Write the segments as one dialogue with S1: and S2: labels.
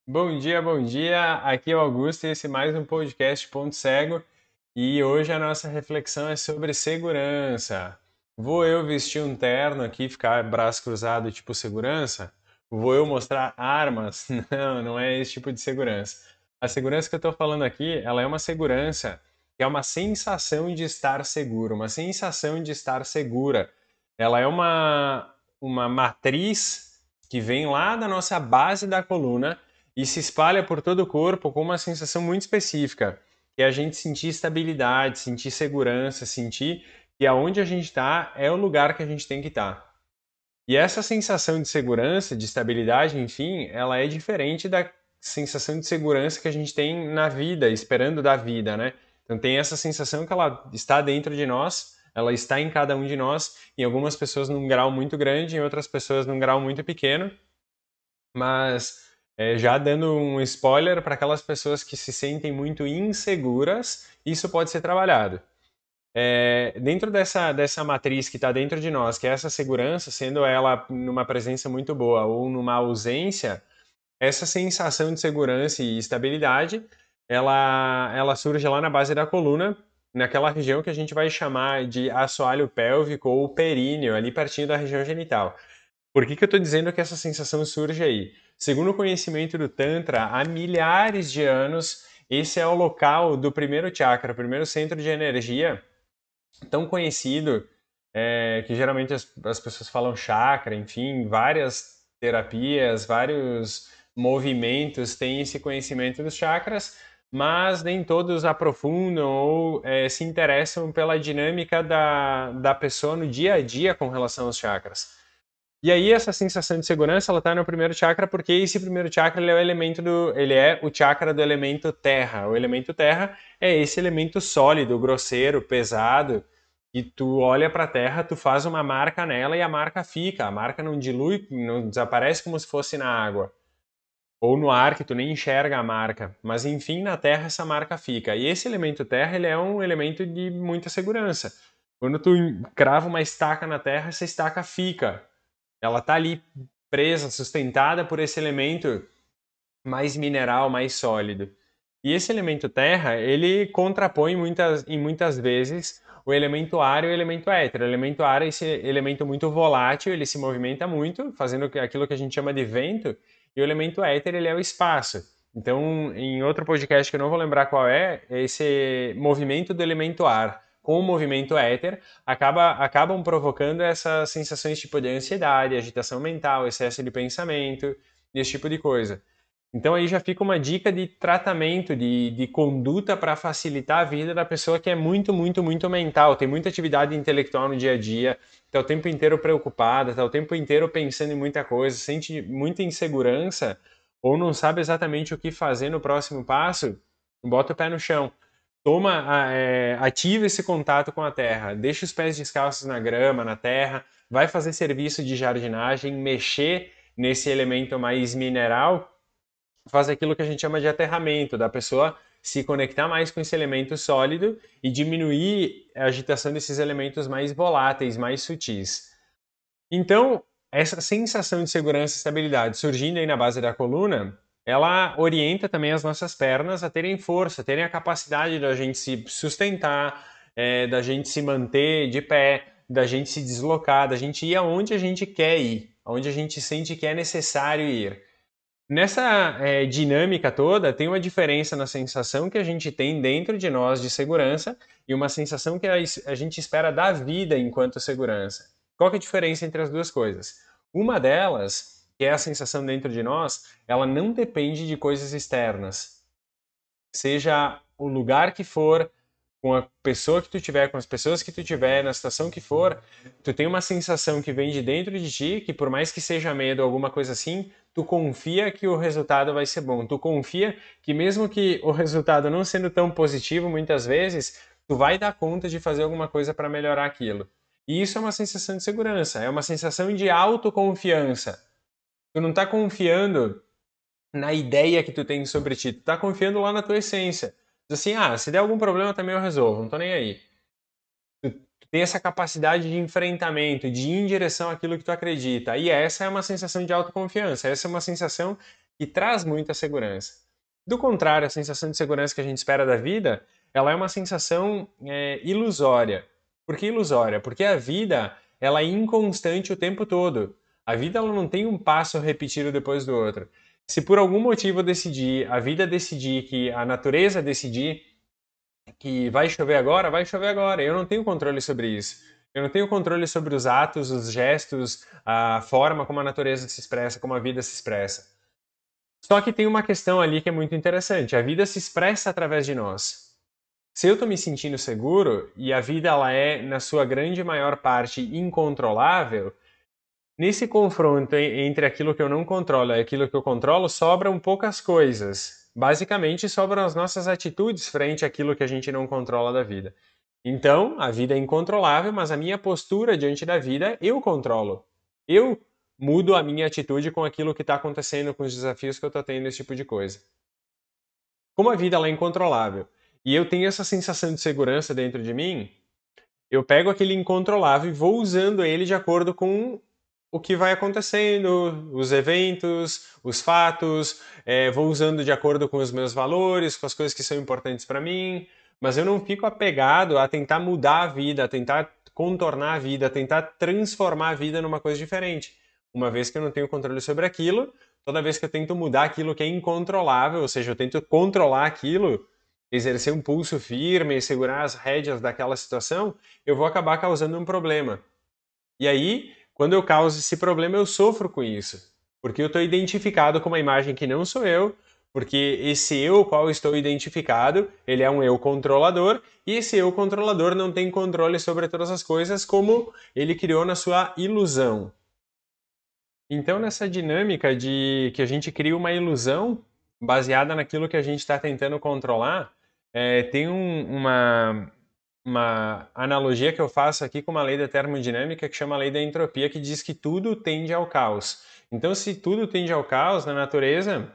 S1: Bom dia, bom dia. Aqui é o Augusto e esse é mais um podcast Ponto Cego. E hoje a nossa reflexão é sobre segurança. Vou eu vestir um terno aqui, ficar braço cruzado tipo segurança? Vou eu mostrar armas? Não, não é esse tipo de segurança. A segurança que eu estou falando aqui, ela é uma segurança que é uma sensação de estar seguro, uma sensação de estar segura. Ela é uma matriz que vem lá da nossa base da coluna e se espalha por todo o corpo com uma sensação muito específica, que é a gente sentir estabilidade, sentir segurança, sentir que aonde a gente está é o lugar que a gente tem que estar. E essa sensação de segurança, de estabilidade, enfim, ela é diferente da sensação de segurança que a gente tem na vida, esperando da vida, né? Então tem essa sensação que ela está dentro de nós, ela está em cada um de nós, em algumas pessoas num grau muito grande, em outras pessoas num grau muito pequeno, mas já dando um spoiler para aquelas pessoas que se sentem muito inseguras, isso pode ser trabalhado. Dentro dessa matriz que está dentro de nós, que é essa segurança, sendo ela numa presença muito boa ou numa ausência, essa sensação de segurança e estabilidade, ela surge lá na base da coluna, naquela região que a gente vai chamar de assoalho pélvico ou períneo, ali pertinho da região genital. Por que eu estou dizendo que essa sensação surge aí? Segundo o conhecimento do Tantra, há milhares de anos, esse é o local do primeiro chakra, o primeiro centro de energia, tão conhecido, que geralmente as pessoas falam chakra, enfim, várias terapias, vários movimentos têm esse conhecimento dos chakras, mas nem todos aprofundam ou se interessam pela dinâmica da pessoa no dia a dia com relação aos chakras. E aí essa sensação de segurança ela está no primeiro chakra porque esse primeiro chakra ele é o ele é o chakra do elemento terra. O elemento terra é esse elemento sólido, grosseiro, pesado, e tu olha para a terra, tu faz uma marca nela e a marca fica. A marca não dilui, não desaparece como se fosse na água ou no ar que tu nem enxerga a marca, mas enfim, na terra essa marca fica. E esse elemento terra, ele é um elemento de muita segurança. Quando tu crava uma estaca na terra, essa estaca fica. Ela tá ali presa, sustentada por esse elemento mais mineral, mais sólido. E esse elemento terra, ele contrapõe muitas vezes o elemento ar e o elemento éter. O elemento ar é esse elemento muito volátil, ele se movimenta muito, fazendo aquilo que a gente chama de vento, e o elemento éter, ele é o espaço. Então, em outro podcast que eu não vou lembrar qual é, esse movimento do elemento ar com o movimento éter acabam provocando essas sensações tipo de ansiedade, agitação mental, excesso de pensamento, esse tipo de coisa. Então aí já fica uma dica de tratamento, de conduta para facilitar a vida da pessoa que é muito, muito, muito mental, tem muita atividade intelectual no dia a dia, está o tempo inteiro preocupada, está o tempo inteiro pensando em muita coisa, sente muita insegurança ou não sabe exatamente o que fazer no próximo passo, bota o pé no chão. Ativa esse contato com a terra, deixa os pés descalços na grama, na terra, vai fazer serviço de jardinagem, mexer nesse elemento mais mineral, faz aquilo que a gente chama de aterramento, da pessoa se conectar mais com esse elemento sólido e diminuir a agitação desses elementos mais voláteis, mais sutis. Então, essa sensação de segurança e estabilidade surgindo aí na base da coluna, ela orienta também as nossas pernas a terem força, terem a capacidade da gente se sustentar, da gente se manter de pé, da gente se deslocar, da gente ir aonde a gente quer ir, aonde a gente sente que é necessário ir. Nessa dinâmica toda, tem uma diferença na sensação que a gente tem dentro de nós de segurança e uma sensação que a gente espera da vida enquanto segurança. Qual que é a diferença entre as duas coisas? Uma delas, que é a sensação dentro de nós, ela não depende de coisas externas. Seja o lugar que for, com a pessoa que tu tiver, com as pessoas que tu tiver, na situação que for, tu tem uma sensação que vem de dentro de ti, que por mais que seja medo ou alguma coisa assim, tu confia que o resultado vai ser bom. Tu confia que mesmo que o resultado não sendo tão positivo muitas vezes, tu vai dar conta de fazer alguma coisa para melhorar aquilo. E isso é uma sensação de segurança, é uma sensação de autoconfiança. Tu não está confiando na ideia que tu tem sobre ti, tu tá confiando lá na tua essência. Diz assim, se der algum problema também eu resolvo, não tô nem aí. Tu tem essa capacidade de enfrentamento, de ir em direção àquilo que tu acredita. E essa é uma sensação de autoconfiança, essa é uma sensação que traz muita segurança. Do contrário, a sensação de segurança que a gente espera da vida, ela é uma sensação ilusória. Por que ilusória? Porque a vida, ela é inconstante o tempo todo. A vida, ela não tem um passo repetido depois do outro. Se por algum motivo eu decidir, a vida decidir, que a natureza decidir que vai chover agora, vai chover agora. Eu não tenho controle sobre isso. Eu não tenho controle sobre os atos, os gestos, a forma como a natureza se expressa, como a vida se expressa. Só que tem uma questão ali que é muito interessante. A vida se expressa através de nós. Se eu estou me sentindo seguro e a vida ela é, na sua grande maior parte, incontrolável, nesse confronto entre aquilo que eu não controlo e aquilo que eu controlo, sobram poucas coisas. Basicamente, sobram as nossas atitudes frente àquilo que a gente não controla da vida. Então, a vida é incontrolável, mas a minha postura diante da vida eu controlo. Eu mudo a minha atitude com aquilo que está acontecendo, com os desafios que eu estou tendo, esse tipo de coisa. Como a vida ela é incontrolável e eu tenho essa sensação de segurança dentro de mim, eu pego aquele incontrolável e vou usando ele de acordo com o que vai acontecendo, os eventos, os fatos, vou usando de acordo com os meus valores, com as coisas que são importantes para mim, mas eu não fico apegado a tentar mudar a vida, a tentar contornar a vida, a tentar transformar a vida numa coisa diferente. Uma vez que eu não tenho controle sobre aquilo, toda vez que eu tento mudar aquilo que é incontrolável, ou seja, eu tento controlar aquilo, exercer um pulso firme, segurar as rédeas daquela situação, eu vou acabar causando um problema. E aí, quando eu causo esse problema, eu sofro com isso. Porque eu estou identificado com uma imagem que não sou eu, porque esse eu qual eu estou identificado, ele é um eu controlador, e esse eu controlador não tem controle sobre todas as coisas como ele criou na sua ilusão. Então, nessa dinâmica de que a gente cria uma ilusão baseada naquilo que a gente está tentando controlar, tem uma analogia que eu faço aqui com uma lei da termodinâmica que chama a lei da entropia, que diz que tudo tende ao caos. Então, se tudo tende ao caos na natureza,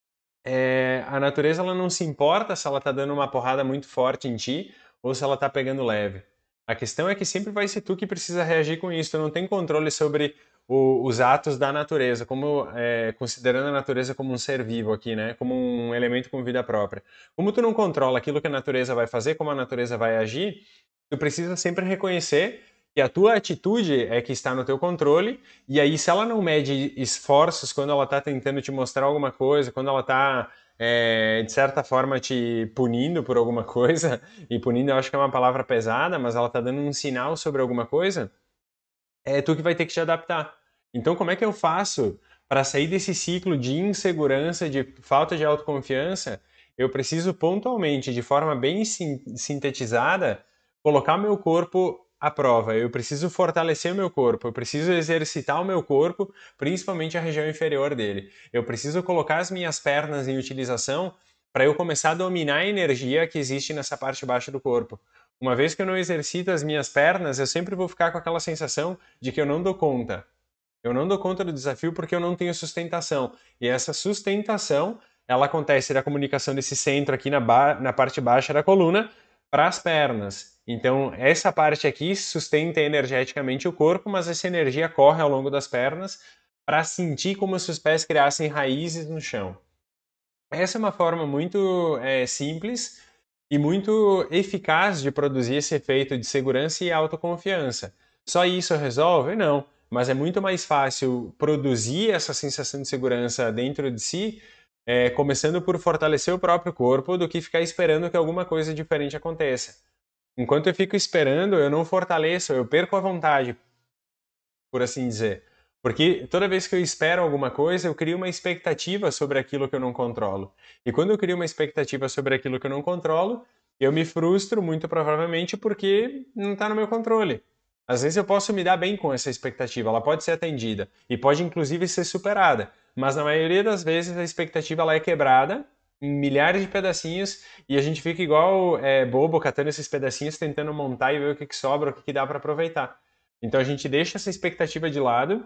S1: a natureza ela não se importa se ela está dando uma porrada muito forte em ti ou se ela está pegando leve. A questão é que sempre vai ser tu que precisa reagir com isso. Tu não tem controle sobre os atos da natureza, como considerando a natureza como um ser vivo aqui, né? Como um elemento com vida própria. Como tu não controla aquilo que a natureza vai fazer, como a natureza vai agir, tu precisa sempre reconhecer que a tua atitude é que está no teu controle, e aí se ela não mede esforços quando ela está tentando te mostrar alguma coisa, quando ela está, de certa forma, te punindo por alguma coisa, e punindo eu acho que é uma palavra pesada, mas ela está dando um sinal sobre alguma coisa, é tu que vai ter que te adaptar. Então como é que eu faço para sair desse ciclo de insegurança, de falta de autoconfiança? Eu preciso pontualmente, de forma bem sintetizada, colocar meu corpo à prova. Eu preciso fortalecer o meu corpo, eu preciso exercitar o meu corpo, principalmente a região inferior dele. Eu preciso colocar as minhas pernas em utilização para eu começar a dominar a energia que existe nessa parte baixa do corpo. Uma vez que eu não exercito as minhas pernas, eu sempre vou ficar com aquela sensação de que eu não dou conta. Eu não dou conta do desafio porque eu não tenho sustentação. E essa sustentação, ela acontece da comunicação desse centro aqui na parte baixa da coluna para as pernas. Então, essa parte aqui sustenta energeticamente o corpo, mas essa energia corre ao longo das pernas para sentir como se os pés criassem raízes no chão. Essa é uma forma muito simples e muito eficaz de produzir esse efeito de segurança e autoconfiança. Só isso resolve? Não. Mas é muito mais fácil produzir essa sensação de segurança dentro de si, começando por fortalecer o próprio corpo, do que ficar esperando que alguma coisa diferente aconteça. Enquanto eu fico esperando, eu não fortaleço, eu perco a vontade, por assim dizer. Porque toda vez que eu espero alguma coisa, eu crio uma expectativa sobre aquilo que eu não controlo. E quando eu crio uma expectativa sobre aquilo que eu não controlo, eu me frustro muito provavelmente porque não está no meu controle. Às vezes eu posso me dar bem com essa expectativa, ela pode ser atendida e pode inclusive ser superada, mas na maioria das vezes a expectativa ela é quebrada em milhares de pedacinhos e a gente fica igual bobo catando esses pedacinhos, tentando montar e ver o que sobra, o que dá para aproveitar. Então a gente deixa essa expectativa de lado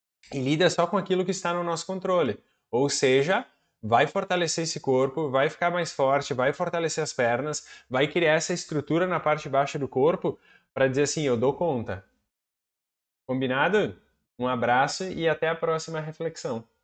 S1: e lida só com aquilo que está no nosso controle. Ou seja, vai fortalecer esse corpo, vai ficar mais forte, vai fortalecer as pernas, vai criar essa estrutura na parte baixa do corpo para dizer assim, eu dou conta. Combinado? Um abraço e até a próxima reflexão.